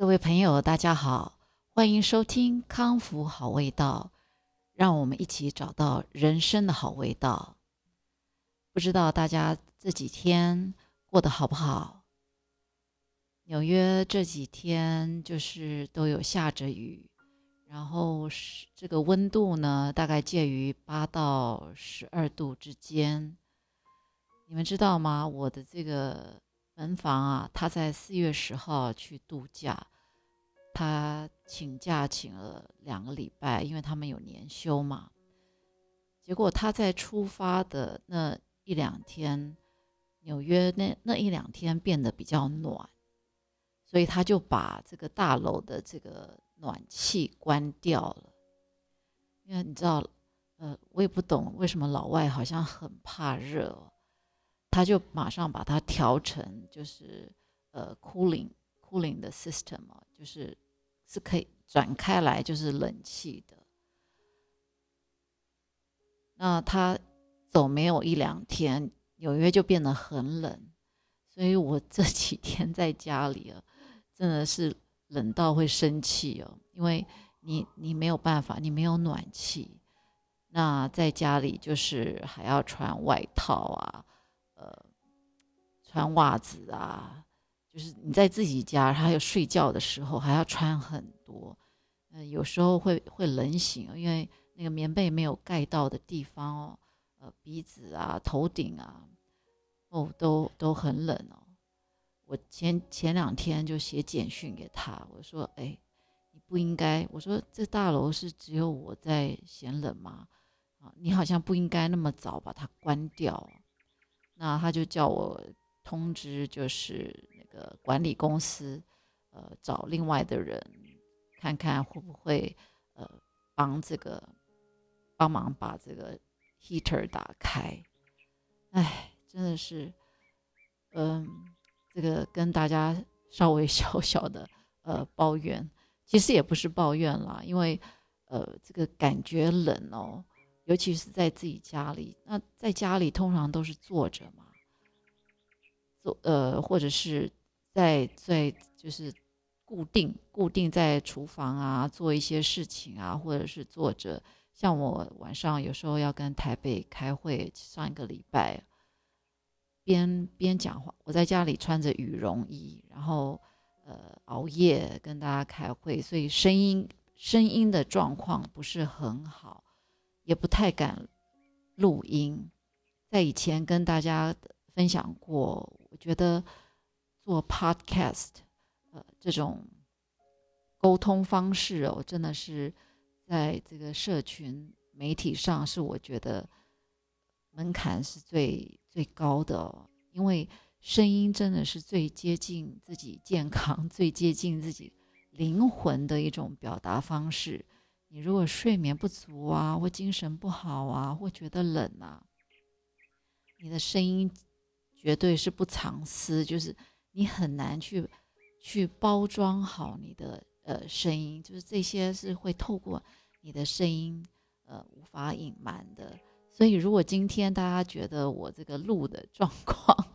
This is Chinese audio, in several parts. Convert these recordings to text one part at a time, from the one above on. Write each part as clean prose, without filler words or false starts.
各位朋友，大家好，欢迎收听康复好味道，让我们一起找到人生的好味道。不知道大家这几天过得好不好？纽约这几天就是都有下着雨，然后是这个温度呢，大概介于8到12度之间。你们知道吗？我的这个门房啊，他在4月10号去度假。他请假请了2个礼拜，因为他们有年休嘛。结果他在出发的那一两天，纽约那一两天变得比较暖，所以他就把这个大楼的这个暖气关掉了。因为你知道，我也不懂为什么老外好像很怕热哦，他就马上把它调成就是cooling 的 system 哦，是可以转开来就是冷气的。那他走没有一两天，纽约就变得很冷，所以我这几天在家里啊，真的是冷到会生气哦，因为你没有办法，你没有暖气，那在家里就是还要穿外套啊，呃，穿袜子啊，就是你在自己家，还有睡觉的时候还要穿很多，有时候会冷醒，因为那个棉被没有盖到的地方哦，鼻子啊、头顶啊，哦，都很冷哦。我前两天就写简讯给他，我说，哎，你不应该，我说这大楼是只有我在嫌冷吗？啊，你好像不应该那么早把它关掉。那他就叫我通知，就是那个管理公司，找另外的人看看会不会呃帮忙把这个 heater 打开。哎，真的是，嗯，这个跟大家稍微小小的抱怨，其实也不是抱怨啦，因为这个感觉冷哦，尤其是在自己家里。那在家里通常都是坐着嘛，或者是在就是固定在厨房啊做一些事情啊，或者是坐着。像我晚上有时候要跟台北开会，上一个礼拜边讲话，我在家里穿着羽绒衣，然后熬夜跟大家开会，所以声音的状况不是很好，也不太敢录音。在以前跟大家分享过，我觉得做 podcast 这种沟通方式哦，真的是在这个社群媒体上是我觉得门槛是最高的哦，因为声音真的是最接近自己健康、最接近自己灵魂的一种表达方式。你如果睡眠不足啊，或精神不好啊，或觉得冷啊，你的声音绝对是不藏私，就是你很难去包装好你的声音，就是这些是会透过你的声音无法隐瞒的。所以如果今天大家觉得我这个录的状况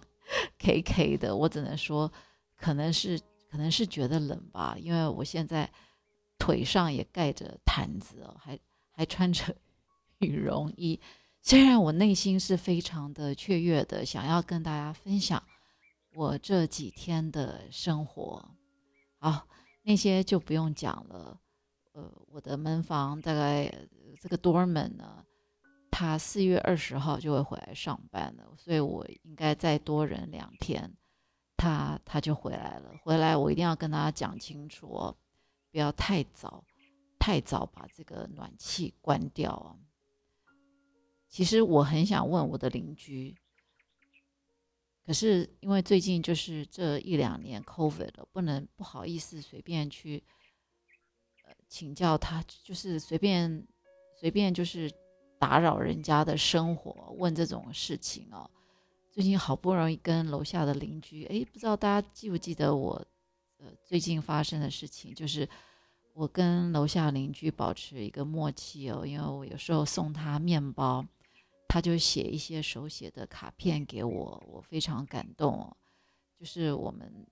K K 的，我只能说可能是可能是觉得冷吧，因为我现在腿上也盖着毯子哦，还穿着羽绒衣。虽然我内心是非常的雀跃的，想要跟大家分享我这几天的生活，好，那些就不用讲了。我的门房大概这个 doorman 呢，他4月20号就会回来上班了，所以我应该再多忍2天，他就回来了。回来我一定要跟他讲清楚哦，不要太早把这个暖气关掉哦。其实我很想问我的邻居，可是因为最近就是这一两年 COVID 了，不好意思随便去请教他，就是随便就是打扰人家的生活，问这种事情哦。最近好不容易跟楼下的邻居，哎，不知道大家记不记得我最近发生的事情，就是我跟楼下邻居保持一个默契哦，因为我有时候送他面包，他就写一些手写的卡片给我，我非常感动哦。就是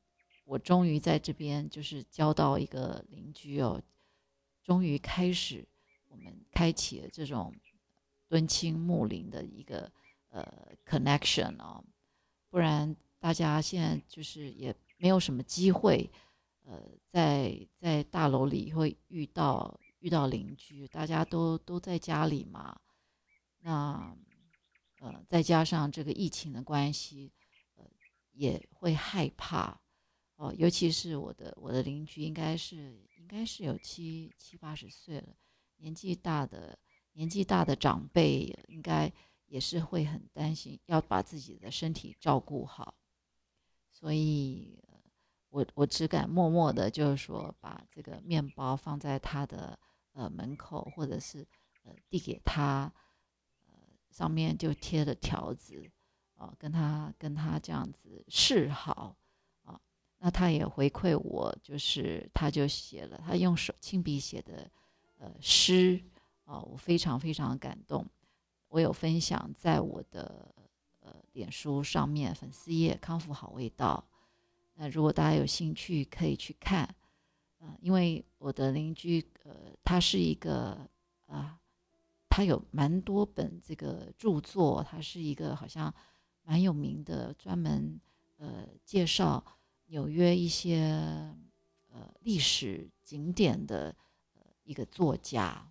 我终于在这边就是交到一个邻居哦，终于开始我们开启了这种敦亲睦邻的一个connection 哦，不然大家现在就是也没有什么机会，在大楼里会遇到邻居，大家都在家里嘛，那再加上这个疫情的关系，也会害怕哦，尤其是我的邻居应该是有七八十岁了，年纪大的年纪大的长辈应该也是会很担心，要把自己的身体照顾好，所以我只敢默默的，就是说把这个面包放在他的门口，或者是递给他，上面就贴了条子，跟他这样子示好啊。那他也回馈我，就是他就写了，他用手亲笔写的诗啊，我非常非常感动。我有分享在我的脸书上面粉丝页康复好味道。那如果大家有兴趣，可以去看。因为我的邻居，他是一个他有蛮多本这个著作，他是一个好像蛮有名的，专门介绍纽约一些历史景点的一个作家。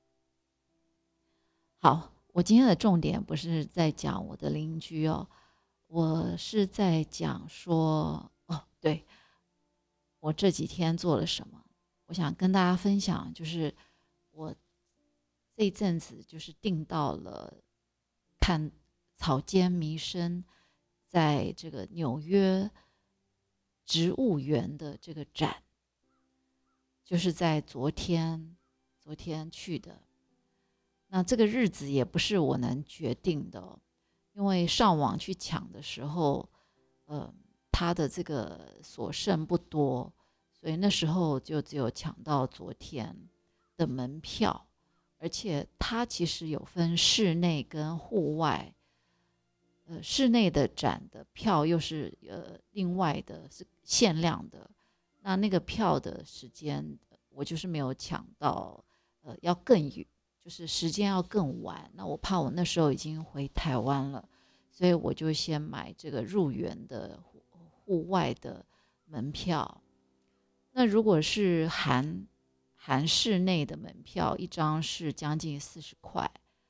好，我今天的重点不是在讲我的邻居哦，我是在讲说，哦，对，我这几天做了什么？我想跟大家分享，就是我这一阵子就是订到了看草间弥生在这个纽约植物园的这个展，就是在昨天去的。那这个日子也不是我能决定的哦，因为上网去抢的时候，呃，它的这个所剩不多，所以那时候就只有抢到昨天的门票，而且它其实有分室内跟户外，室内的展的票又是另外的是限量的，那个票的时间我就是没有抢到，要更远，就是时间要更晚，那我怕我那时候已经回台湾了，所以我就先买这个入园的户外的门票。那如果是含室内的门票，一张是将近40块，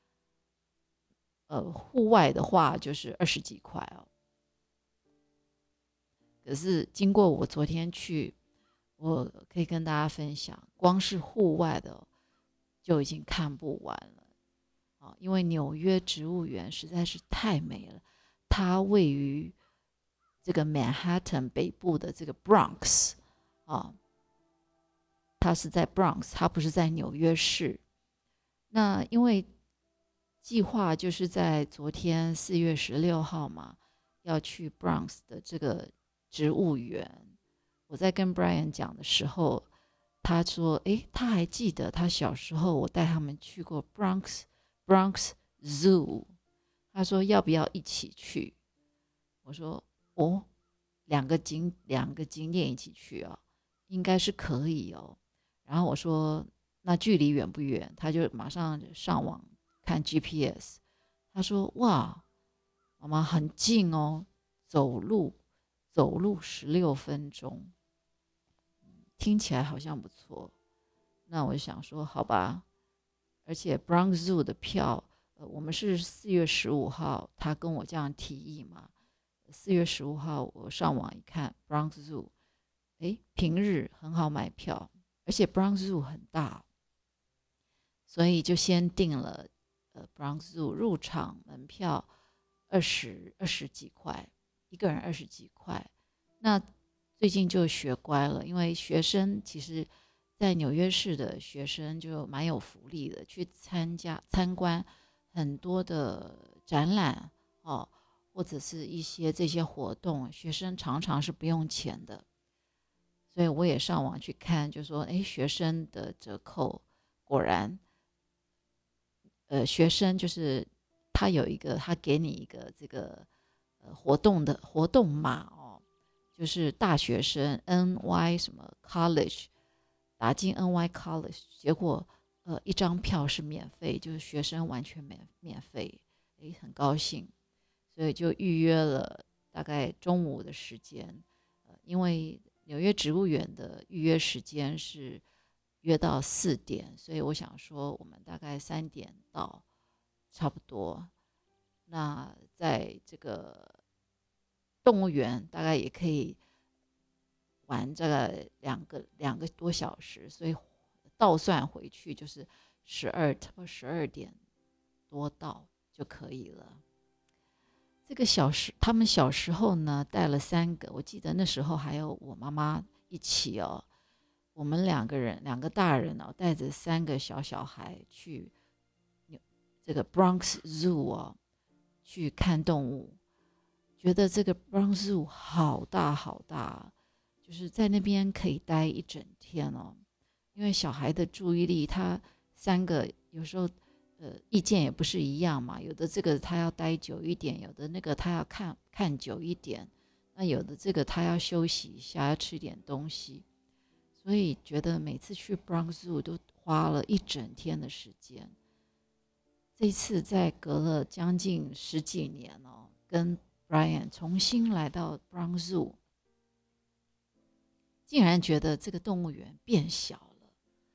户外的话就是20几块哦。可是经过我昨天去，我可以跟大家分享，光是户外的就已经看不完了啊！因为纽约植物园实在是太美了，它位于这个 Manhattan 北部的这个 Bronx 啊，它是在 Bronx，它不是在纽约市。那因为计划就是在昨天4月16号嘛，要去 Bronx 的这个植物园。我在跟 Brian 讲的时候，他说：“诶，他还记得他小时候我带他们去过 Bronx Zoo。”他说要不要一起去？我说：“哦，两个景点一起去啊，应该是可以哦。”然后我说：“那距离远不远？”他就马上上网看 GPS。他说：“哇，妈妈很近哦，走路16分钟，听起来好像不错。”那我就想说，好吧。而且 Bronx Zoo 的票，我们是4月15号，他跟我这样提议嘛。4月15号我上网一看，Bronx Zoo，平日很好买票，而且 Bronx Zoo 很大，所以就先订了Bronx Zoo 入场门票二十几块，一个人20几块。那最近就学乖了，因为学生其实，在纽约市的学生就蛮有福利的，去参观很多的展览哦，或者是一些这些活动，学生常常是不用钱的。所以我也上网去看，就说，学生的折扣果然，学生就是他有一个，他给你一个这个活动码哦， 就是大学生 NY 什么 College 打进 NY College，结果一张票是免费，就是学生完全免费，很高兴，所以就预约了大概中午的时间，因为纽约植物园的预约时间是约到4点，所以我想说我们大概3点到，差不多。那在这个动物园大概也可以玩这个两个多小时，所以倒算回去就是12点多到就可以了。这个他们小时候呢带了3个，我记得那时候还有我妈妈一起哦，我们2个大人哦，带着3个小孩去这个 Bronx Zoo 哦，去看动物，觉得这个 Bronx Zoo 好大好大，就是在那边可以待一整天哦。因为小孩的注意力，他3个有时候意见也不是一样嘛，有的这个他要待久一点，有的那个他要看久一点，那有的这个他要休息一下，要吃点东西，所以觉得每次去 Bronx Zoo 都花了一整天的时间。这次在隔了将近10几年哦，跟 Brian 重新来到 Bronx Zoo，竟然觉得这个动物园变小了，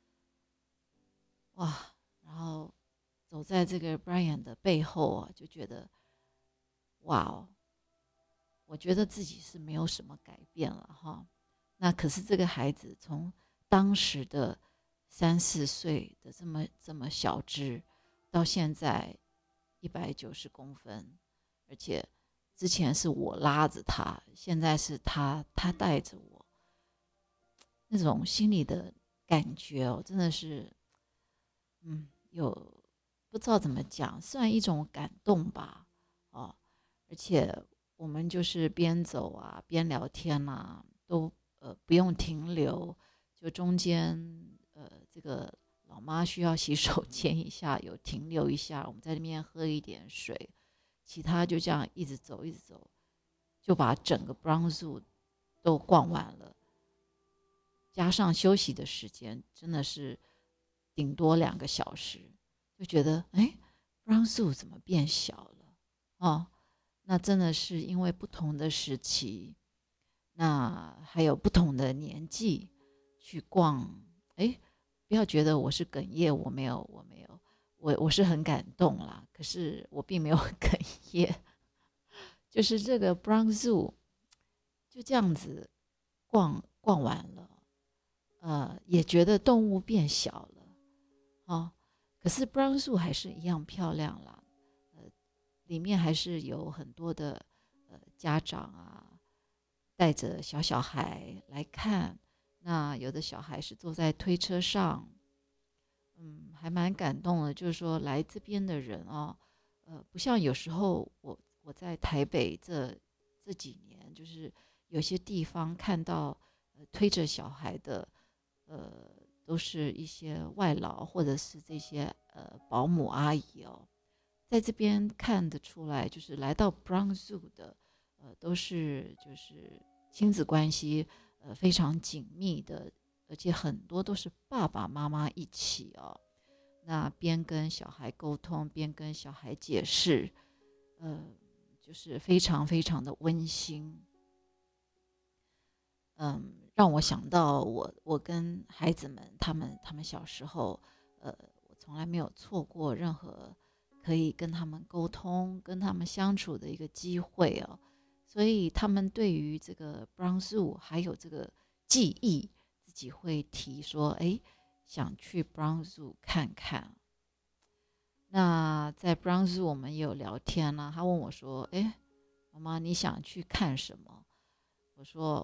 哇！然后走在这个 Brian 的背后啊，就觉得哇哦，我觉得自己是没有什么改变了哈。那可是这个孩子从当时的3、4岁的这么小只，到现在190公分，而且之前是我拉着他，现在是他带着我，那种心里的感觉哦，真的是，有不知道怎么讲，算一种感动吧，哦，而且我们就是边走啊边聊天啊，都不用停留，就中间这个老妈需要洗手间一下，有停留一下，我们在那边喝一点水，其他就这样一直走一直走，就把整个 Bronx Zoo 都逛完了，加上休息的时间，真的是顶多2个小时，就觉得Bronx Zoo 怎么变小了哦？那真的是因为不同的时期，那还有不同的年纪去逛，不要觉得我是哽咽，我没有，我是很感动啦，可是我并没有哽咽，就是这个 Bronx Zoo 就这样子逛完了，也觉得动物变小了，哦，可是 Bronx Zoo 还是一样漂亮啦，里面还是有很多的家长啊，带着小孩来看，那有的小孩是坐在推车上，还蛮感动的。就是说来这边的人哦，不像有时候我在台北这几年，就是有些地方看到推着小孩的，都是一些外劳或者是这些保姆阿姨哦。在这边看得出来，就是来到 Bronx Zoo 的，都是就是亲子关系非常紧密的，而且很多都是爸爸妈妈一起哦，那边跟小孩沟通，边跟小孩解释，就是非常非常的温馨，让我想到我跟孩子们他们小时候，我从来没有错过任何可以跟他们沟通、跟他们相处的一个机会哦，所以他们对于这个 Bronx Zoo 还有这个记忆，自己会提说，想去 Bronx Zoo 看看。那在 Bronx Zoo 我们也有聊天啦，他问我说，妈妈你想去看什么？我说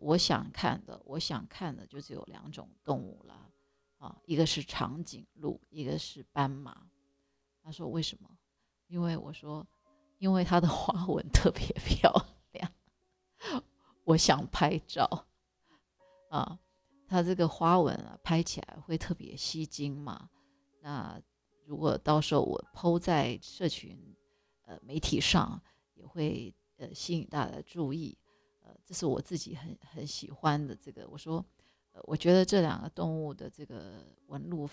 我想看的就只有2种动物啦，一个是长颈鹿，一个是斑马。他说为什么？我说因为它的花纹特别漂亮，我想拍照啊。它这个花纹啊，拍起来会特别吸睛嘛。那如果到时候我 po 在社群媒体上，也会吸引大家的注意。 这是我自己很喜欢的这个。我说，我觉得这两个动物的这个纹路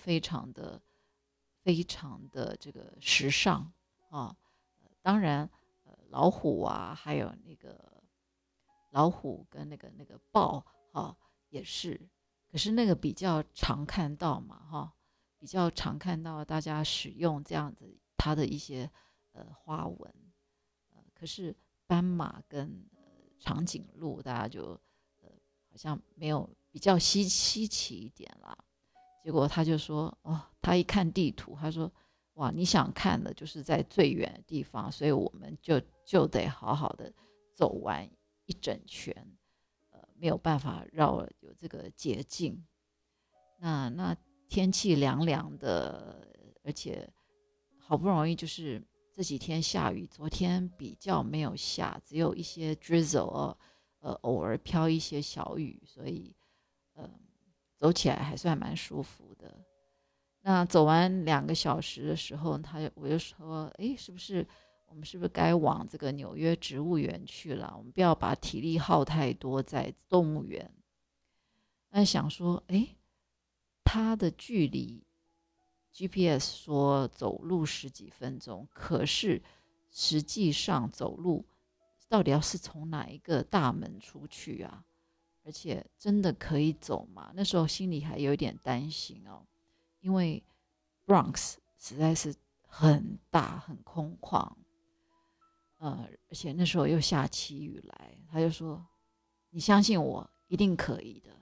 非常的这个时尚啊。当然，老虎啊，还有那个老虎跟那个豹哈、也是，可是那个比较常看到嘛哈、比较常看到大家使用这样子它的一些花纹。可是斑马跟长颈鹿大家就好像没有，比较稀奇一点啦。结果他就说哦，他一看地图，他说哇，你想看的就是在最远的地方，所以我们就得好好的走完一整圈，没有办法绕了有这个捷径。那天气凉凉的，而且好不容易就是这几天下雨，昨天比较没有下，只有一些 drizzle 偶尔飘一些小雨，所以呃走起来还算蛮舒服的。那走完2个小时的时候，我就说，诶，我们是不是该往这个纽约植物园去了？我们不要把体力耗太多在动物园。那想说，诶，它的距离 GPS 说走路十几分钟，可是实际上走路到底要是从哪一个大门出去啊？而且真的可以走吗？那时候心里还有一点担心哦，因为 Bronx 实在是很大很空旷，而且那时候又下起雨来，他就说：“你相信我，一定可以的。”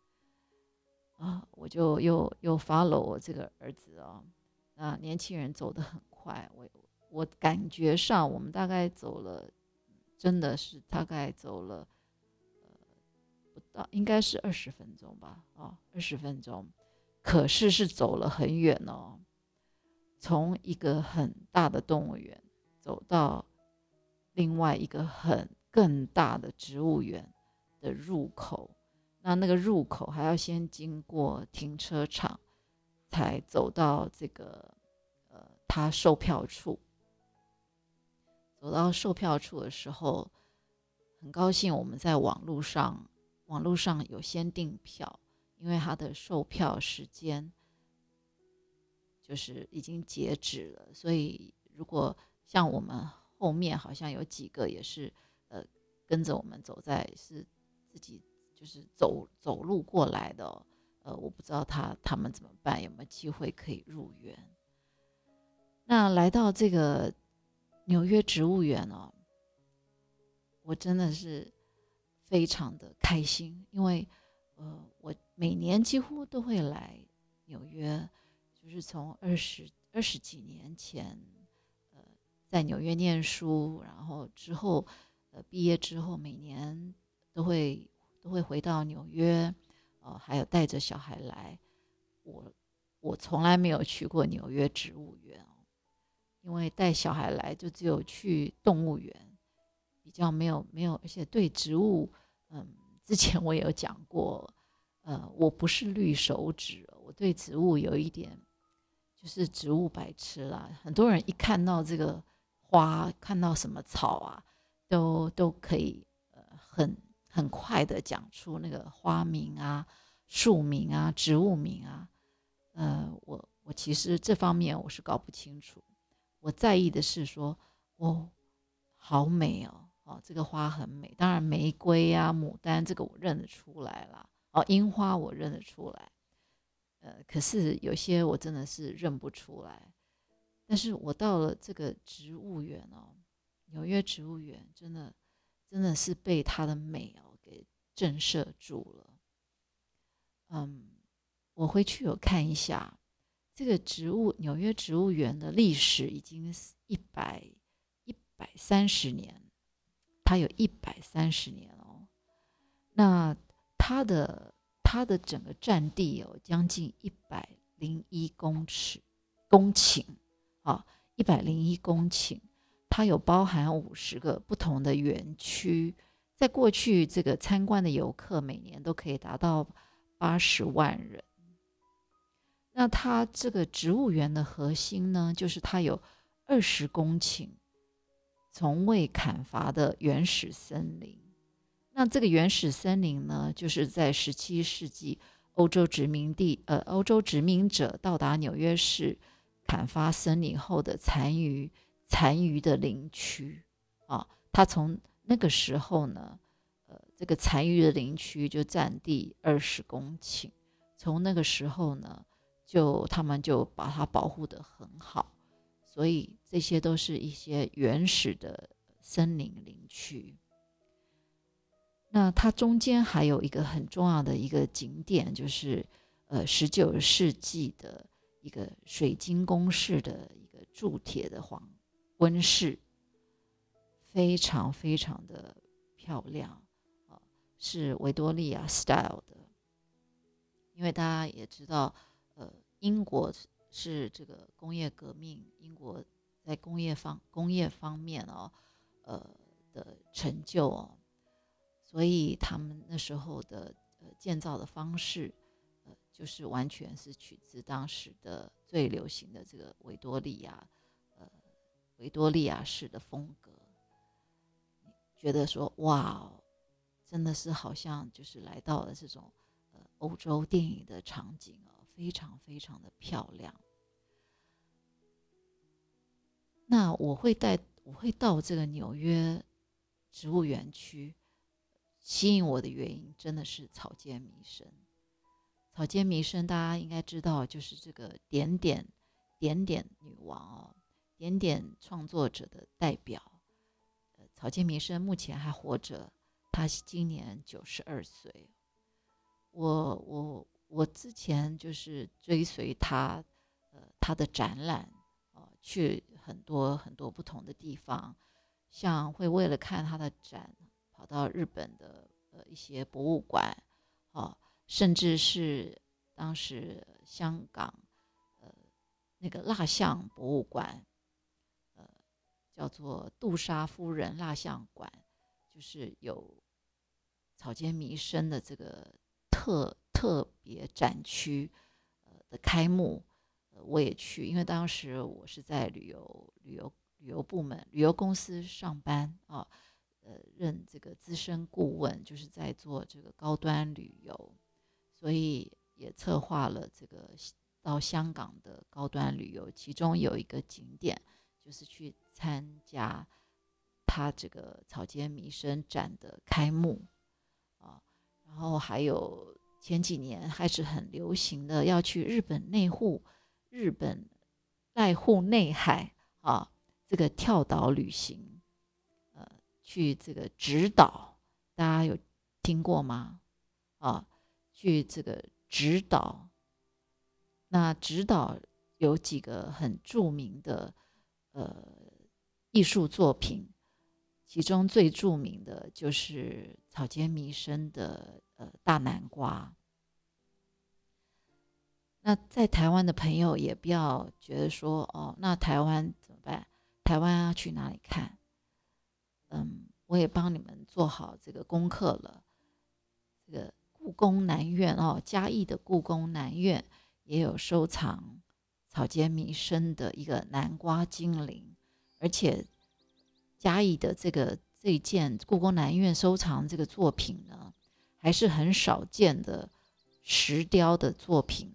我就又 follow 我这个儿子哦。那年轻人走得很快，我感觉上我们大概走了，真的是大概走了不到，应该是20分钟吧，20分钟，可是走了很远哦，从一个很大的动物园走到另外一个更大的植物园的入口。那个入口还要先经过停车场，才走到这个他售票处。走到售票处的时候，很高兴我们在网络上有先订票，因为他的售票时间就是已经截止了，所以如果像我们后面好像有几个也是跟着我们是自己就是走路过来的哦。我不知道他们怎么办，有没有机会可以入园。那来到这个纽约植物园哦，我真的是非常的开心，因为我每年几乎都会来纽约，就是从二十几年前，在纽约念书，然后之后毕业之后，每年都会回到纽约，还有带着小孩来。我从来没有去过纽约植物园哦，因为带小孩来就只有去动物园，比较没有，而且对植物，之前我也有讲过，我不是绿手指，我对植物有一点就是植物白痴啦。很多人一看到这个花，看到什么草啊，都可以很快的讲出那个花名啊、树名啊、植物名啊。我其实这方面我是搞不清楚，我在意的是说，哦，好美哦，这个花很美。当然，玫瑰啊、牡丹这个我认得出来啦，樱花我认得出来。可是有些我真的是认不出来。但是我到了这个植物园哦，纽约植物园真的是被它的美哦给震慑住了。我回去有看一下这个纽约植物园的历史，已经是130年，它有130年哦。那它的整个占地有将近101公顷啊，101公顷。它有包含50个不同的园区。在过去，这个参观的游客每年都可以达到80万人。那它这个植物园的核心呢，就是它有20公顷从未砍伐的原始森林。 那这个原始森林呢，就是在17世纪欧洲殖民者到达纽约市砍伐森林后的残余的林区啊。它从那个时候呢，这个残余的林区就占地20公顷，从那个时候呢，他们就把它保护得很好，所以这些都是一些原始的森林林区。那它中间还有一个很重要的一个景点，就是19世纪的一个水晶宫式的一个铸铁的温室，非常非常的漂亮，是维多利亚 style 的。因为大家也知道，英国是这个工业革命，英国在工业方面的成就所以他们那时候的建造的方式，就是完全是取自当时的最流行的这个维多利亚式的风格。觉得说哇，真的是好像就是来到了这种欧洲电影的场景非常非常的漂亮。那我会到这个纽约植物园区，吸引我的原因真的是草间弥生。草间弥生大家应该知道，就是这个点点女王点点创作者的代表。草间弥生目前还活着，他今年92岁。我之前就是追随他的展览去很多很多不同的地方，像会为了看他的展跑到日本的一些博物馆甚至是当时香港那个蜡像博物馆，叫做杜莎夫人蜡像馆，就是有草间弥生的这个特别展区的开幕，我也去，因为当时我是在旅游部门、旅游公司上班任这个资深顾问，就是在做这个高端旅游，所以也策划了这个到香港的高端旅游，其中有一个景点就是去参加他这个草间弥生展的开幕然后还有前几年还是很流行的要去日本濑户内海这个跳岛旅行，去这个直岛，大家有听过吗？去这个直岛，那直岛有几个很著名的艺术作品，其中最著名的就是草间弥生的大南瓜。那在台湾的朋友也不要觉得说那台湾怎么办？台湾要去哪里看？我也帮你们做好这个功课了。这个故宫南院嘉义的故宫南院也有收藏草间弥生的一个南瓜精灵，而且嘉义的这一件故宫南院收藏这个作品呢，还是很少见的石雕的作品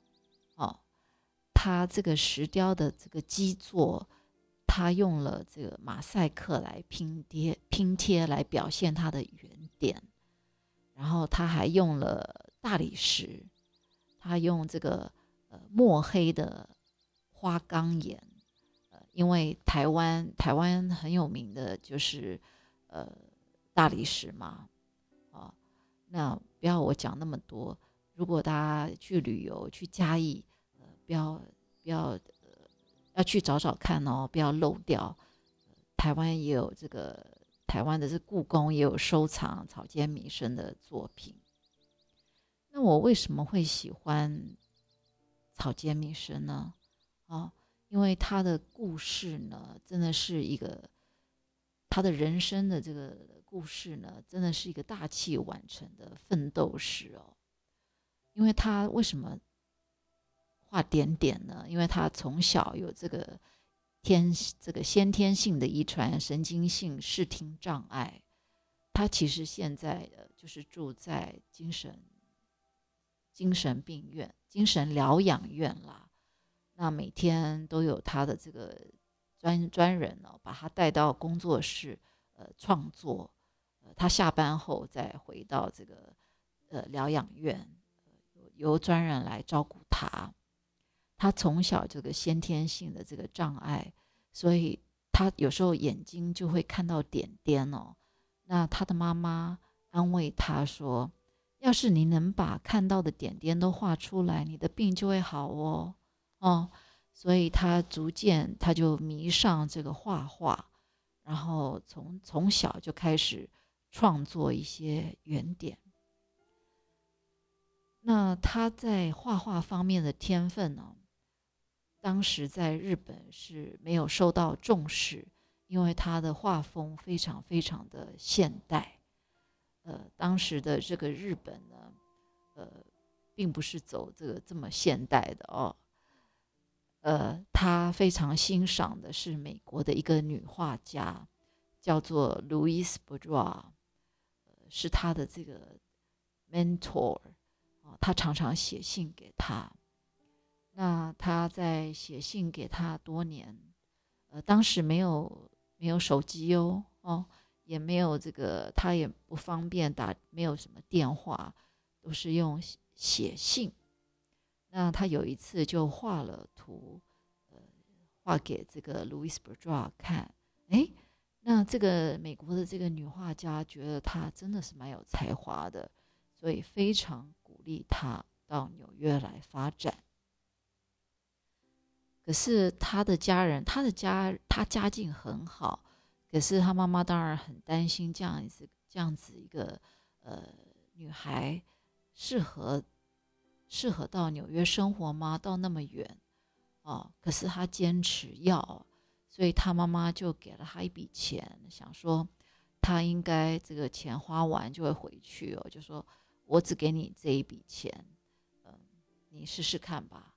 它这个石雕的这个基座，它用了这个马赛克来拼贴来表现它的圆点，然后它还用了大理石，它用这个墨黑的花岗岩，因为台湾很有名的就是大理石嘛那不要我讲那么多，如果大家去旅游去嘉义不要要去找找看不要漏掉。台湾也有台湾的这故宫也有收藏草间弥生的作品。那我为什么会喜欢草间弥生呢？因为他的故事呢，真的是他的人生的这个故事呢，真的是一个大器晚成的奋斗史因为他为什么画点点呢？因为他从小有这个先天性的遗传神经性视听障碍， 他其实现在就是住在精神病院、精神疗养院啦。那每天都有他的这个专人把他带到工作室创作。他下班后再回到这个疗养院，由专人来照顾他。他从小这个先天性的这个障碍，所以他有时候眼睛就会看到点点哦。那他的妈妈安慰他说：要是你能把看到的点点都画出来，你的病就会好哦。所以他逐渐他就迷上这个画画，然后从小就开始创作一些圆点。那他在画画方面的天分呢，当时在日本是没有受到重视，因为他的画风非常非常的现代。当时的这个日本呢，并不是走这么现代的哦。他非常欣赏的是美国的一个女画家，叫做 Louise Bourgeois，是他的这个 mentor。他常常写信给他。那他在写信给他多年，当时没有手机也没有这个，他也不方便打，没有什么电话，都是用写信。那他有一次就画了图，画给这个 Louise Bourgeois 看。那这个美国的这个女画家觉得他真的是蛮有才华的，所以非常鼓励他到纽约来发展。可是他的家人，他家境很好，可是他妈妈当然很担心这样子一个女孩适合到纽约生活吗？到那么远可是他坚持要，所以他妈妈就给了他一笔钱，想说他应该这个钱花完就会回去就说我只给你这一笔钱，你试试看吧。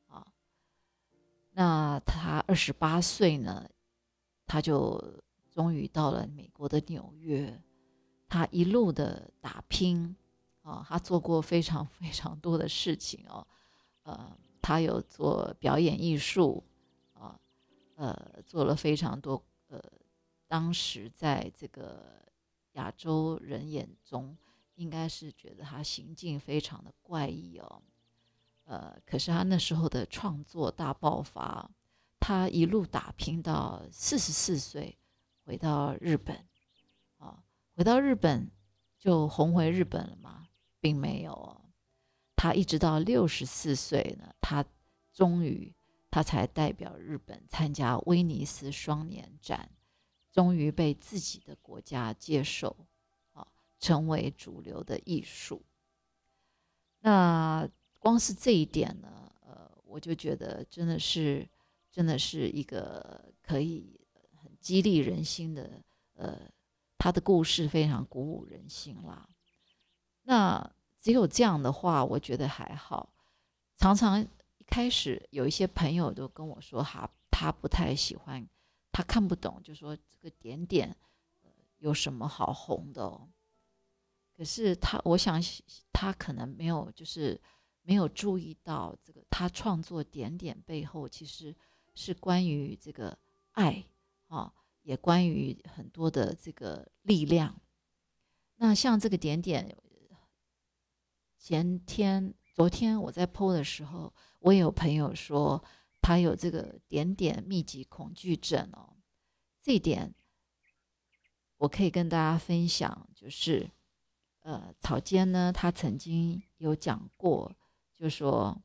那他28岁呢，他就终于到了美国的纽约。他一路的打拼他做过非常非常多的事情他有做表演艺术做了非常多当时在这个亚洲人眼中，应该是觉得他行径非常的怪异可是他那时候的创作大爆发，他一路打拼到44岁，回到日本回到日本就红回日本了吗？并没有他一直到64岁呢，终于他才代表日本参加威尼斯双年展，终于被自己的国家接受成为主流的艺术。那光是这一点呢，我就觉得真的是一个可以很激励人心的，他的故事非常鼓舞人心啦。那只有这样的话，我觉得还好。常常一开始有一些朋友都跟我说，他不太喜欢，他看不懂，就说这个点点有什么好红的可是我想他可能没有注意到这个，他创作点点背后其实是关于这个爱也关于很多的这个力量。那像这个点点，昨天我在 po 的时候，我也有朋友说他有这个点点密集恐惧症这一点我可以跟大家分享，就是草间呢，他曾经有讲过，就说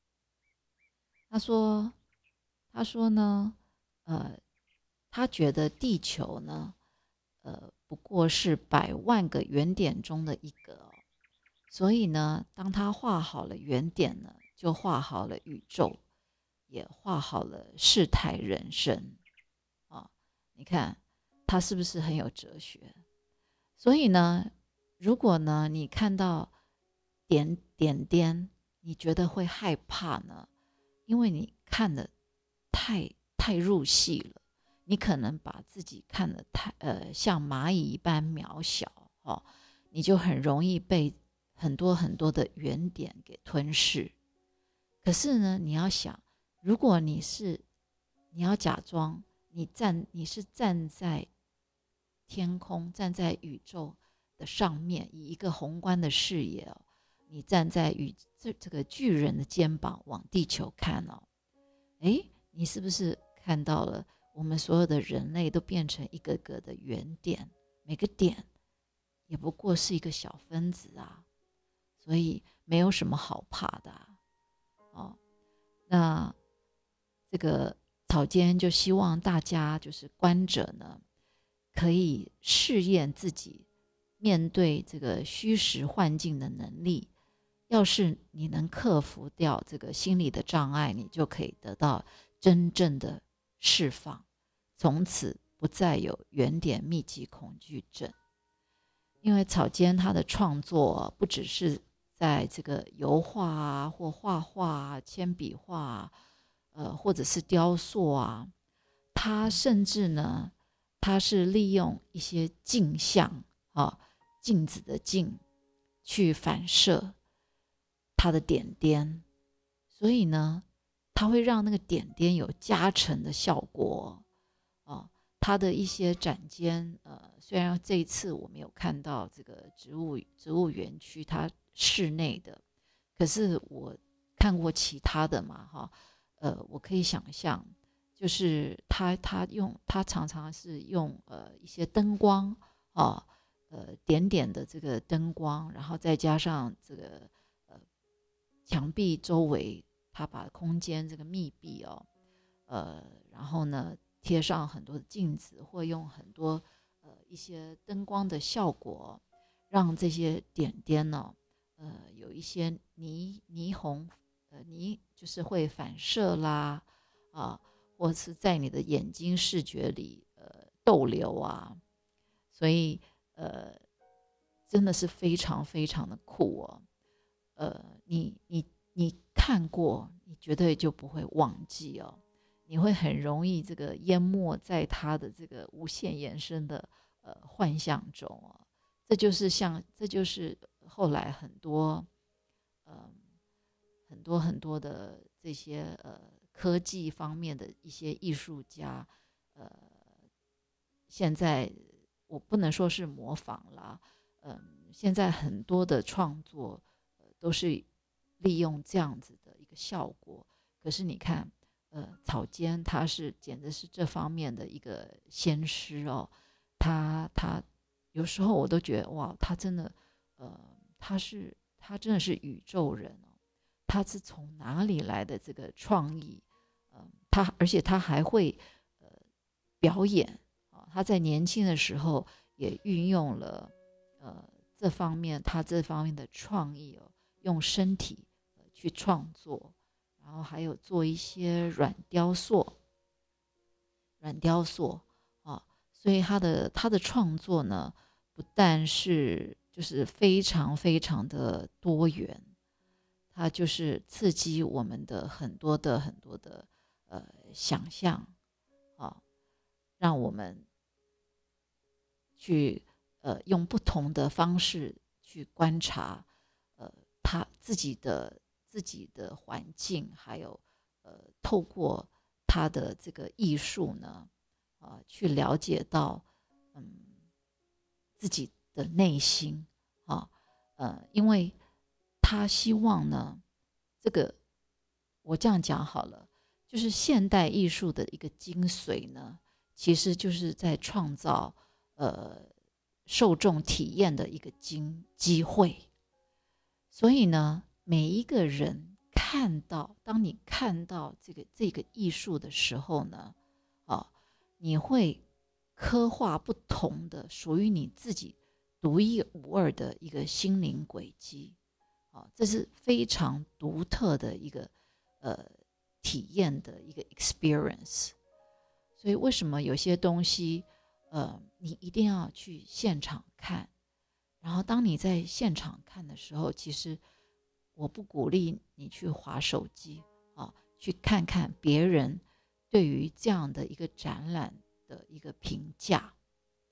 他说呢，他觉得地球呢，不过是100万个圆点中的一个所以呢，当他画好了圆点呢，就画好了宇宙，也画好了世态人生你看他是不是很有哲学？所以呢，如果呢你看到点点，你觉得会害怕呢？因为你看得太入戏了，你可能把自己看得像蚂蚁一般渺小你就很容易被很多很多的原点给吞噬。可是呢，你要想，如果你要假装你是站在天空，站在宇宙的上面，以一个宏观的视野你站在这个巨人的肩膀往地球看你是不是看到了我们所有的人类都变成一个个的原点，每个点也不过是一个小分子啊，所以没有什么好怕的那这个草间就希望大家就是观者呢，可以试验自己面对这个虚实幻境的能力。要是你能克服掉这个心理的障碍，你就可以得到真正的释放，从此不再有原点密集恐惧症。因为草间他的创作不只是在这个油画啊，或画画啊、铅笔画啊，或者是雕塑啊，他甚至呢，他是利用一些镜像镜子的镜去反射他的点点，所以呢，他会让那个点点有加成的效果他的一些展间，虽然这一次我没有看到这个植物园区它室内的，可是我看过其他的嘛我可以想象，就是他常常是用一些灯光点点的这个灯光，然后再加上这个墙壁周围，他把空间这个密闭然后呢贴上很多的镜子，或用很多一些灯光的效果，让这些点点呢有一些霓虹就是会反射啦或是在你的眼睛视觉里逗留啊，所以真的是非常非常的酷你看过，你绝对就不会忘记你会很容易这个淹没在他的这个无限延伸的幻象中这就是后来很多的这些科技方面的一些艺术家现在我不能说是模仿啦现在很多的创作都是利用这样子的一个效果。可是你看草间他简直是这方面的一个先师他有时候我都觉得哇，他真的他真的是宇宙人他是从哪里来的这个创意而且他还会表演他在年轻的时候也运用了这方面的创意用身体去创作，然后还有做一些软雕塑所以他的创作呢，不但是就是非常非常的多元，它就是刺激我们的很多的想象让我们去用不同的方式去观察他自己的环境，还有透过他的这个艺术呢去了解到自己的内心因为他希望呢这个我这样讲好了，就是现代艺术的一个精髓呢，其实就是在创造受众体验的一个机会。所以呢，每一个人当你看到这个艺术的时候呢你会刻画不同的属于你自己独一无二的一个心灵轨迹这是非常独特的一个体验的一个 experience。 所以为什么有些东西你一定要去现场看，然后当你在现场看的时候，其实我不鼓励你去滑手机去看看别人对于这样的一个展览的一个评价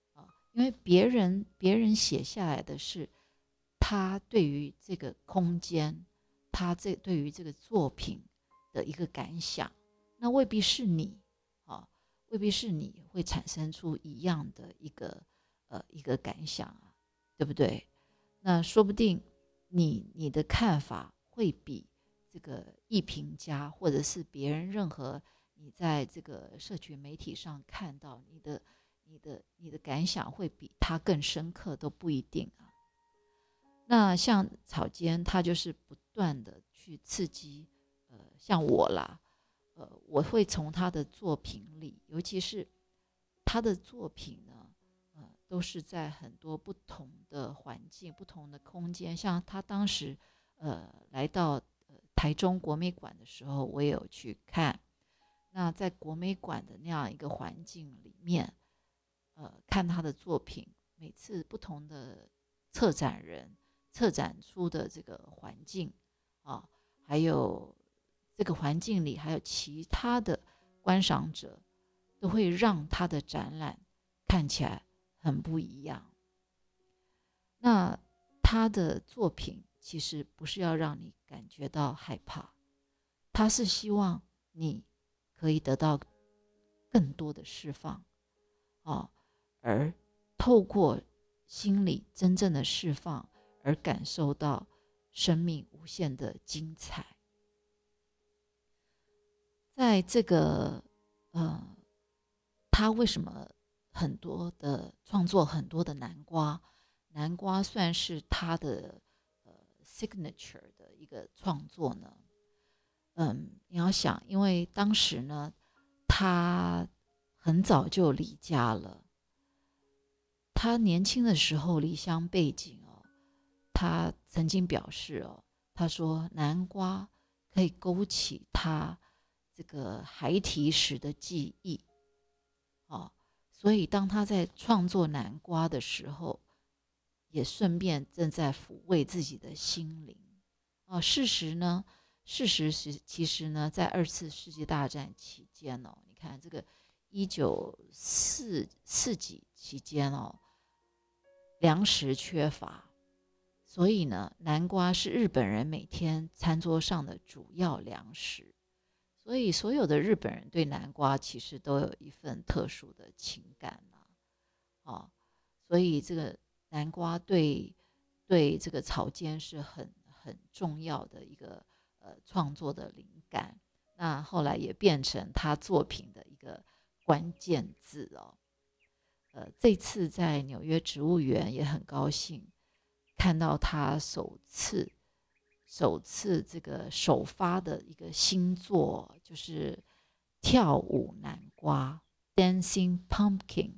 因为别人写下来的是他对于这个空间，对于这个作品的一个感想，那未必是你啊，未必是你会产生出一样的一个感想啊，对不对？那说不定你的看法会比这个艺评家或者是别人任何你在这个社群媒体上看到你的感想会比他更深刻都不一定啊。那像草间，他就是不断的去刺激，像我啦，我会从他的作品里，尤其是他的作品呢，都是在很多不同的环境、不同的空间。像他当时，来到台中国美馆的时候，我也有去看。那在国美馆的那样一个环境里面，看他的作品，每次不同的策展人策展出的这个环境啊，还有这个环境里还有其他的观赏者，都会让他的展览看起来很不一样。那他的作品其实不是要让你感觉到害怕，他是希望你可以得到更多的释放啊，而透过心里真正的释放，而感受到生命无限的精彩。在这个他为什么很多的创作很多的南瓜？南瓜算是他的signature 的一个创作呢？你要想，因为当时呢，他很早就离家了。他年轻的时候离乡背井哦，他曾经表示哦，他说南瓜可以勾起他这个孩提时的记忆哦，所以当他在创作南瓜的时候，也顺便正在抚慰自己的心灵哦。事实是其实呢，在二次世界大战期间哦，你看这个1944期间哦，粮食缺乏，所以呢，南瓜是日本人每天餐桌上的主要粮食。所以，所有的日本人对南瓜其实都有一份特殊的情感呐、哦，所以这个南瓜对这个草间是很重要的一个创作的灵感。那后来也变成他作品的一个关键字哦。这次在纽约植物园也很高兴看到他首次这个首发的一个新作，就是跳舞南瓜 （Dancing Pumpkin）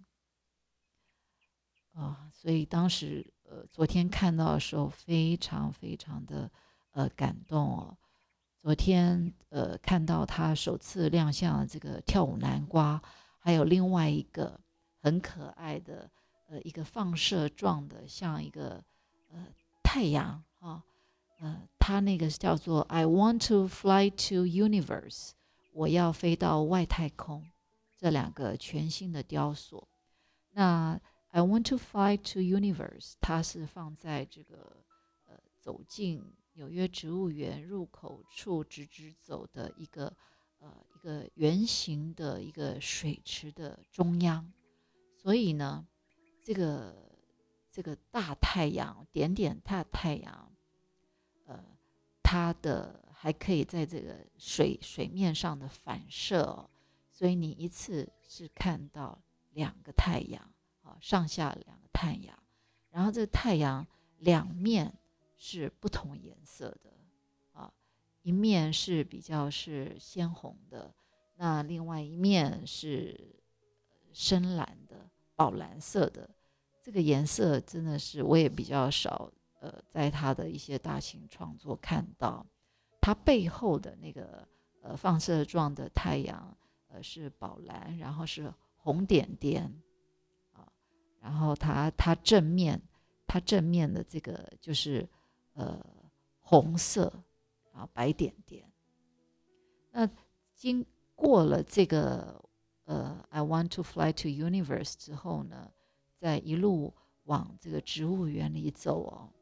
啊，所以当时昨天看到的时候非常非常的感动哦。昨天看到他首次亮相的这个跳舞南瓜，还有另外一个很可爱的一个放射状的，像一个太阳啊，它那个叫做 I want to fly to universe， 我要飞到外太空，这两个全新的雕塑。那 I want to fly to universe， 它是放在这个走进纽约植物园入口处直直走的一个圆形的一个水池的中央，所以呢，这个这个大太阳点点大太阳，它的还可以在这个水面上的反射哦，所以你一次是看到两个太阳啊，上下两个太阳，然后这个太阳两面是不同颜色的啊，一面是比较是鲜红的，那另外一面是深蓝的、宝蓝色的。这个颜色真的是我也比较少，在他的一些大型创作看到，它背后的那个放射状的太阳，是宝蓝，然后是红点点啊，然后它正面的这个就是呃红色，然后白点点。那经过了这个I want to fly to universe 之后呢， 在一路往这个植物园里走哦，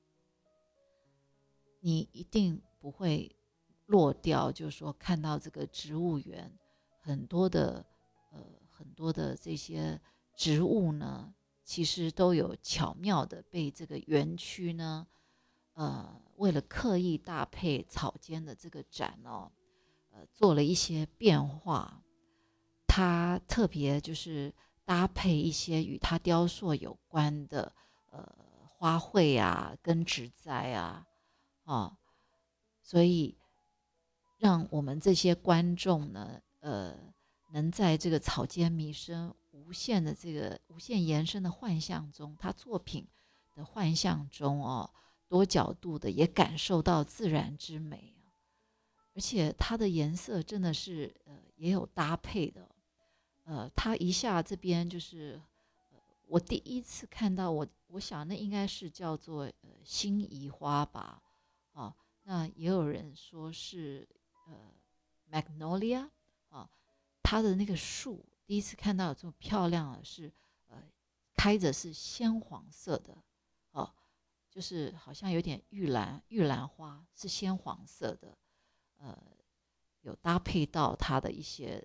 你一定不会落掉，就是说看到这个植物园很多的很多的这些植物呢，其实都有巧妙的被这个园区呢，为了刻意搭配草间的这个展哦，做了一些变化。它特别就是搭配一些与它雕塑有关的花卉啊，跟植栽啊，哦，所以让我们这些观众呢，能在这个草间弥生无限延伸的幻象中，他作品的幻象中哦，多角度的也感受到自然之美，而且它的颜色真的是也有搭配的，它一下这边就是我第一次看到我想那应该是叫做辛夷花吧，哦，那也有人说是magnolia 啊，它的那个树第一次看到有这么漂亮的是开着是鲜黄色的哦，就是好像有点玉兰花是鲜黄色的，呃，有搭配到它的一些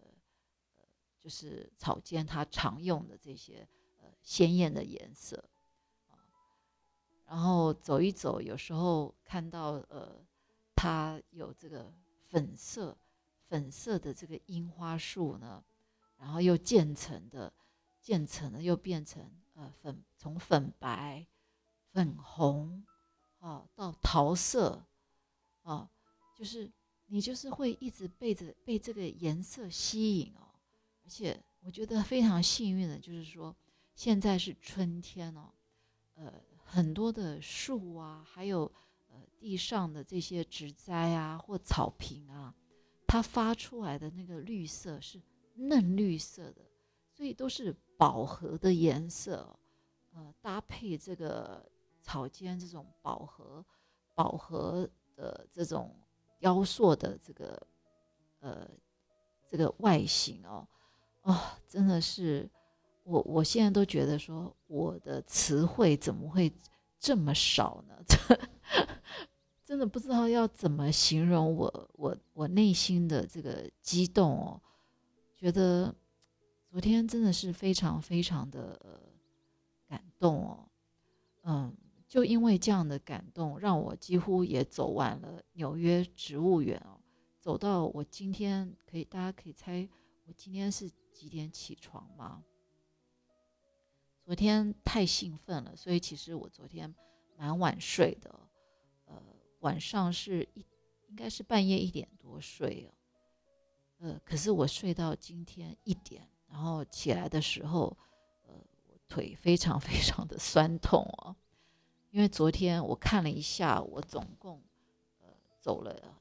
就是草间它常用的这些鲜艳的颜色。然后走一走，有时候看到它有这个粉色的这个樱花树呢，然后又渐层的又变成从粉白、粉红到桃色就是你就是会一直被这个颜色吸引哦，而且我觉得非常幸运的就是说现在是春天哦，很多的树啊，还有地上的这些植栽啊或草坪啊，它发出来的那个绿色是嫩绿色的，所以都是饱和的颜色，搭配这个草间这种饱和的这种雕塑的呃这个外形真的是我现在都觉得说我的词汇怎么会这么少呢？真的不知道要怎么形容我内心的这个激动哦，觉得昨天真的是非常非常的感动哦，嗯，就因为这样的感动，让我几乎也走完了纽约植物园哦，走到我今天大家可以猜我今天是几点起床吗？昨天太兴奋了，所以其实我昨天蛮晚睡的，晚上应该是半夜1点多睡可是我睡到今天1点，然后起来的时候，我腿非常非常的酸痛哦，因为昨天我看了一下，我总共走了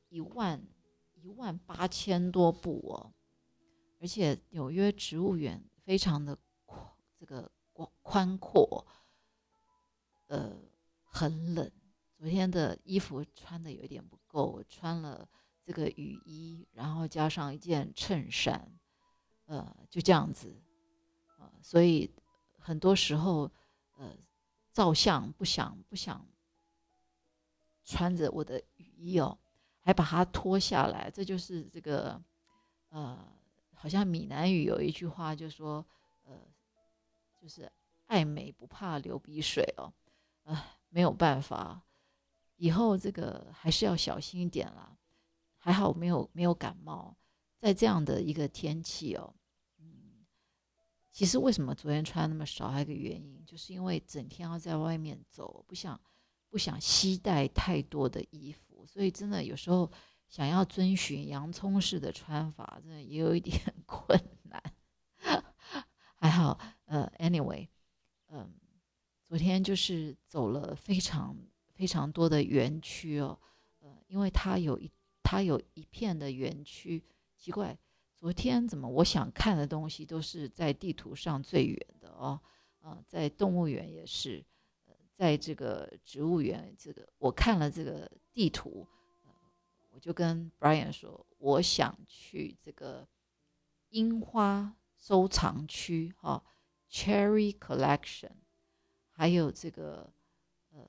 18000多步哦，而且纽约植物园非常的这个宽阔，呃，很冷。昨天的衣服穿的有一点不够，我穿了这个雨衣，然后加上一件衬衫，就这样子，所以很多时候，照相不想穿着我的雨衣哦，还把它脱下来，这就是这个，呃，好像闽南语有一句话就说，呃，就是爱美不怕流鼻水哦，没有办法，以后这个还是要小心一点啦。还好没有感冒，在这样的一个天气哦，其实为什么昨天穿那么少，还有一个原因，就是因为整天要在外面走，不想携带太多的衣服，所以真的有时候想要遵循洋葱式的穿法，真的也有一点困难。还好，anyway，嗯，昨天就是走了非常非常多的园区哦，因为它有一片的园区，奇怪，昨天怎么我想看的东西都是在地图上最远的哦，在动物园也是，在这个植物园，这个我看了这个地图，我就跟 Brian 说，我想去这个樱花收藏区 Cherry Collection，还有这个呃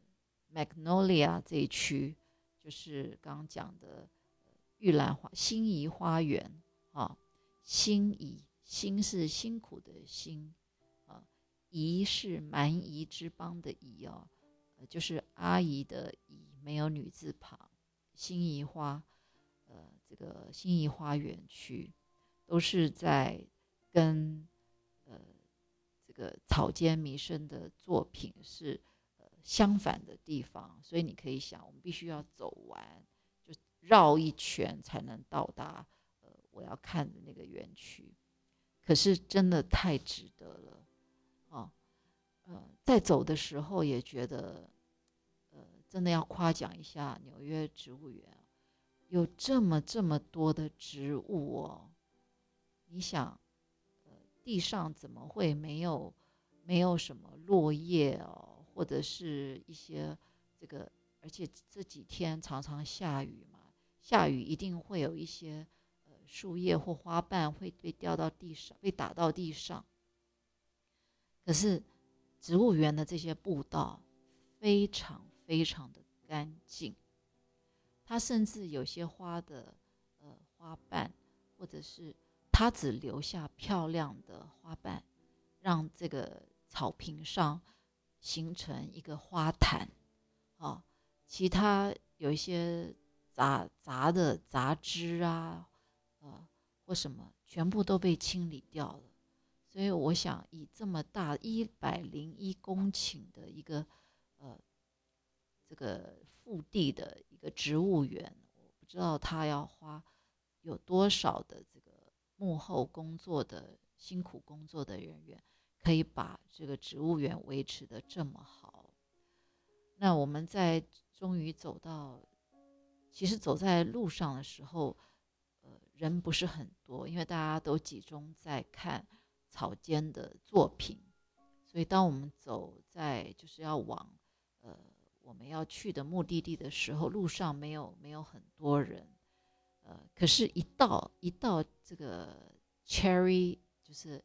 Magnolia 这一区，就是刚刚讲的玉兰花心怡花园啊，心怡辛是辛苦的辛啊，怡是蛮夷之邦的夷哦，就是阿姨的姨，没有女字旁，心怡花，这个心怡花园区都是在跟这个草间弥生的作品是相反的地方，所以你可以想，我们必须要走完，就绕一圈才能到达我要看的那个园区。可是真的太值得了哦，在走的时候也觉得，真的要夸奖一下纽约植物园，有这么多的植物哦，你想，地上怎么会没有什么落叶哦，或者是一些这个，而且这几天常常下雨嘛，下雨一定会有一些树叶或花瓣会被掉到地上，被打到地上。可是植物园的这些步道非常非常的干净，它甚至有些花的花瓣，或者是它只留下漂亮的花瓣，让这个草坪上形成一个花坛哦。其他有一些杂的杂枝啊，或什么，全部都被清理掉了。所以我想，以这么大101公顷的一个呃这个腹地的一个植物园，我不知道他要花有多少的这个幕后工作的辛苦工作的人员，可以把这个植物园维持得这么好。那我们终于走到，其实走在路上的时候，人不是很多，因为大家都集中在看草间的作品，所以当我们走在就是要往我们要去的目的地的时候，路上没有很多人，可是一到这个 cherry 就是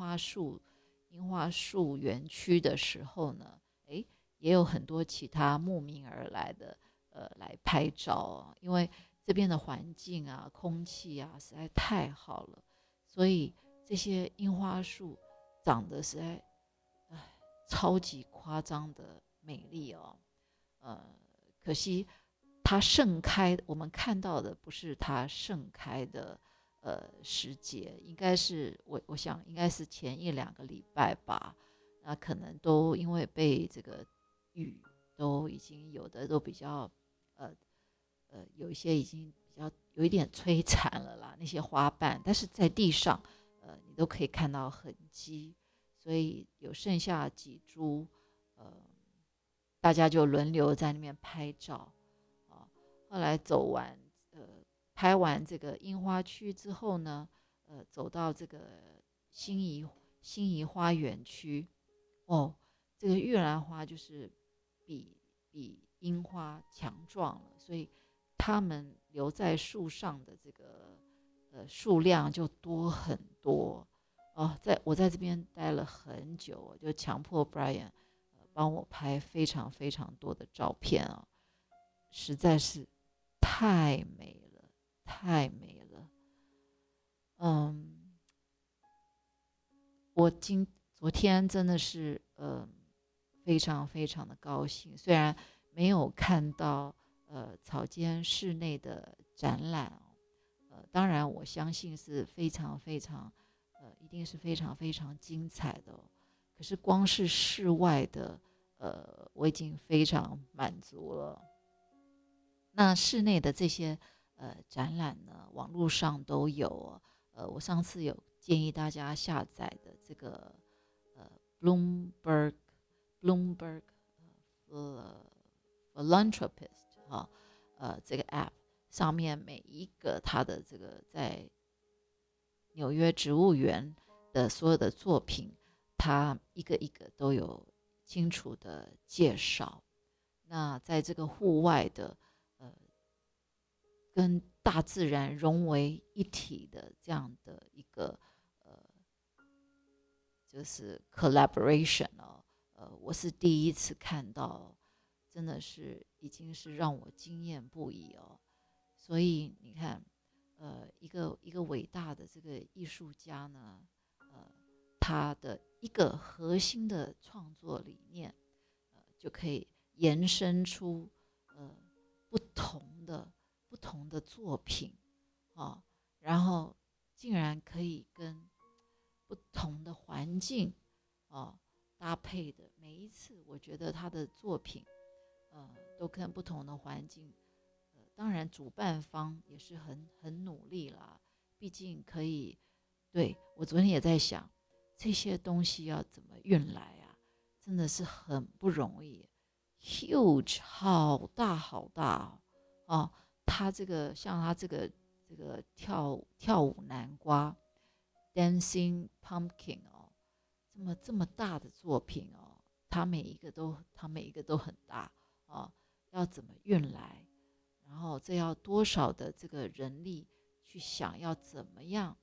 樱花树园区的时候呢，诶，也有很多其他慕名而来的来拍照哦，因为这边的环境啊、空气啊实在太好了，所以这些樱花树长得实在超级夸张的美丽哦，呃，可惜它盛开，我们看到的不是它盛开的时节，应该是我想应该是前1-2个礼拜吧，那可能都因为被这个雨都已经有的都比较呃有一些已经比较有一点摧残了啦，那些花瓣，但是在地上你都可以看到痕迹，所以有剩下几株呃大家就轮流在那边拍照啊。后来走完拍完这个樱花区之后呢，走到这个心仪心仪花园区哦，这个玉兰花就是比樱花强壮了，所以它们留在树上的这个数量就多很多哦。我在这边待了很久，我就强迫 Brian 帮我拍非常非常多的照片啊、实在是太美了，太美了。嗯，我昨天真的是非常非常的高兴，虽然没有看到草间室内的展览哦，当然我相信是非常非常一定是非常非常精彩的哦，可是光是室外的我已经非常满足了。那室内的这些展览呢，网络上都有哦，我上次有建议大家下载的这个呃 Bloomberg Philanthropist 哈、这个 app 上面每一个它的这个在纽约植物园的所有的作品，它一个一个都有清楚的介绍。那在这个户外的呃跟大自然融为一体的这样的一个就是 collaboration 哦，我是第一次看到，真的是已经是让我惊艳不已哦。所以你看，一个伟大的这个艺术家呢，他的一个核心的创作理念，就可以延伸出不同的作品啊，然后竟然可以跟不同的环境啊搭配的。每一次，我觉得他的作品，都跟不同的环境，当然主办方也是很努力啦，毕竟可以。对，我昨天也在想，这些东西要怎么运来啊，真的是很不容易。Huge， 好大好大哦。他这个像他这个跳舞南瓜 Dancing Pumpkin 哦，这么大的作品哦，它每一个都很大哦，要怎么运来？然后这要多少的这个人力去想要怎么样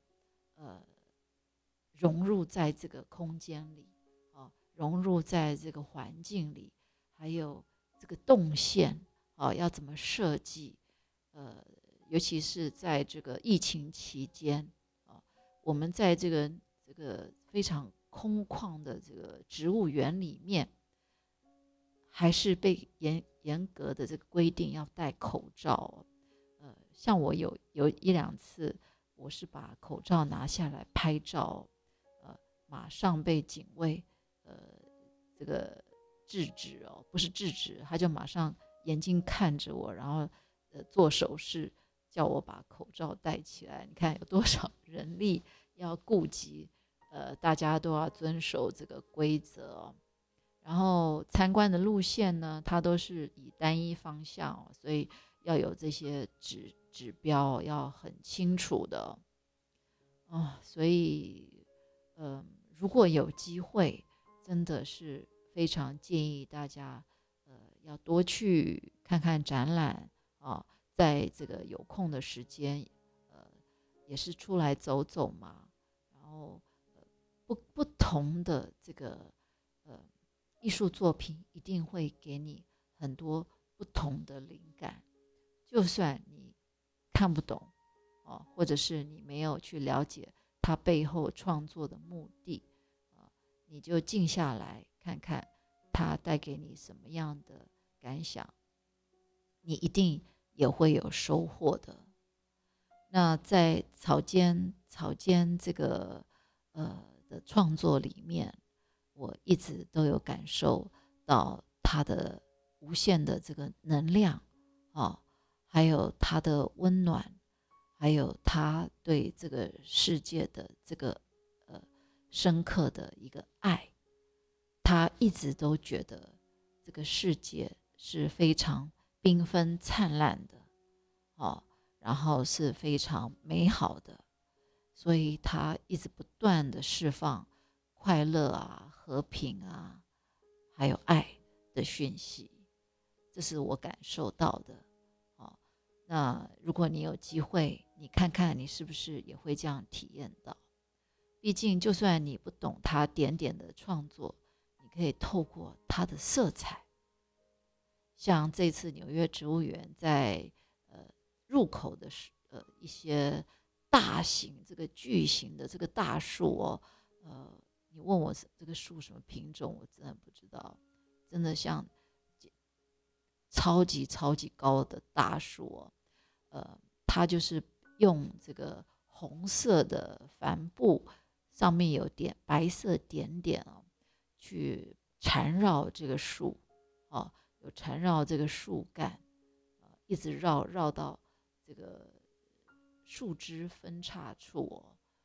融入在这个空间里融入在这个环境里，还有这个动线要怎么设计？尤其是在这个疫情期间我们在这个非常空旷的这个植物园里面，还是被严格的这个规定要戴口罩。像我有一两次，我是把口罩拿下来拍照，马上被警卫这个制止哦，不是制止，他就马上眼睛看着我，然后做手势叫我把口罩戴起来。你看有多少人力要顾及，大家都要遵守这个规则哦。然后参观的路线呢，它都是以单一方向所以要有这些指标要很清楚的所以如果有机会，真的是非常建议大家要多去看看展览在这个有空的时间也是出来走走嘛，然后不同的这个艺术作品一定会给你很多不同的灵感，就算你看不懂或者是你没有去了解它背后创作的目的你就静下来看看它带给你什么样的感想，你一定也会有收获的。那在草间这个的创作里面，我一直都有感受到它的无限的这个能量还有它的温暖，还有他对这个世界的这个深刻的一个爱。他一直都觉得这个世界是非常缤纷灿烂的然后是非常美好的，所以他一直不断的释放快乐和平还有爱的讯息，这是我感受到的那如果你有机会，你看看你是不是也会这样体验到。毕竟就算你不懂他点点的创作，你可以透过他的色彩，像这次纽约植物园在入口的一些大型这个巨型的这个大树你问我这个树什么品种，我真的不知道，真的像超级超级高的大树它就是用这个红色的帆布，上面有白色点点去缠绕这个树有缠绕这个树干一直绕到这个树枝分叉处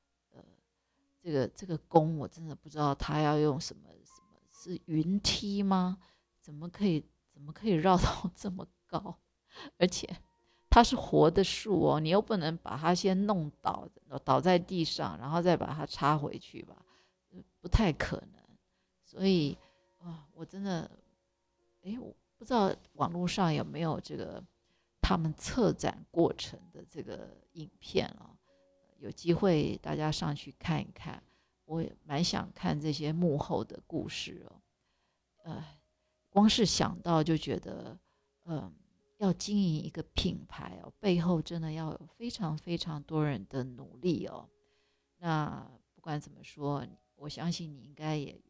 这个弓我真的不知道他要用什么是云梯吗？怎么可以绕到这么高？而且它是活的树你又不能把它先弄倒在地上，然后再把它插回去吧，不太可能。所以我真的我不知道网络上有没有这个他们策展过程的这个影片有机会大家上去看一看我也蛮想看这些幕后的故事哦。光是想到就觉得，要经营一个品牌哦，背后真的要有非常非常多人的努力哦。那不管怎么说，我相信你应该也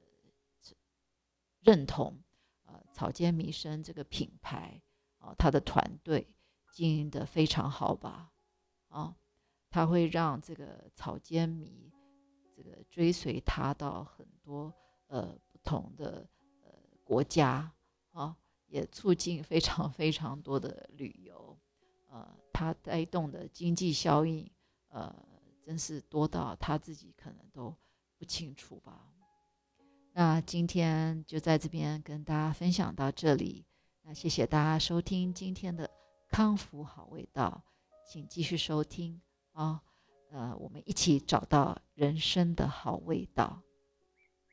认同，草间弥生这个品牌，他的团队经营的非常好吧？啊，他会让这个草间弥这个追随他到很多不同的国家啊，也促进非常非常多的旅游，他带动的经济效应，真是多到他自己可能都不清楚吧。那今天就在这边跟大家分享到这里，那谢谢大家收听今天的康复好味道，请继续收听啊，我们一起找到人生的好味道。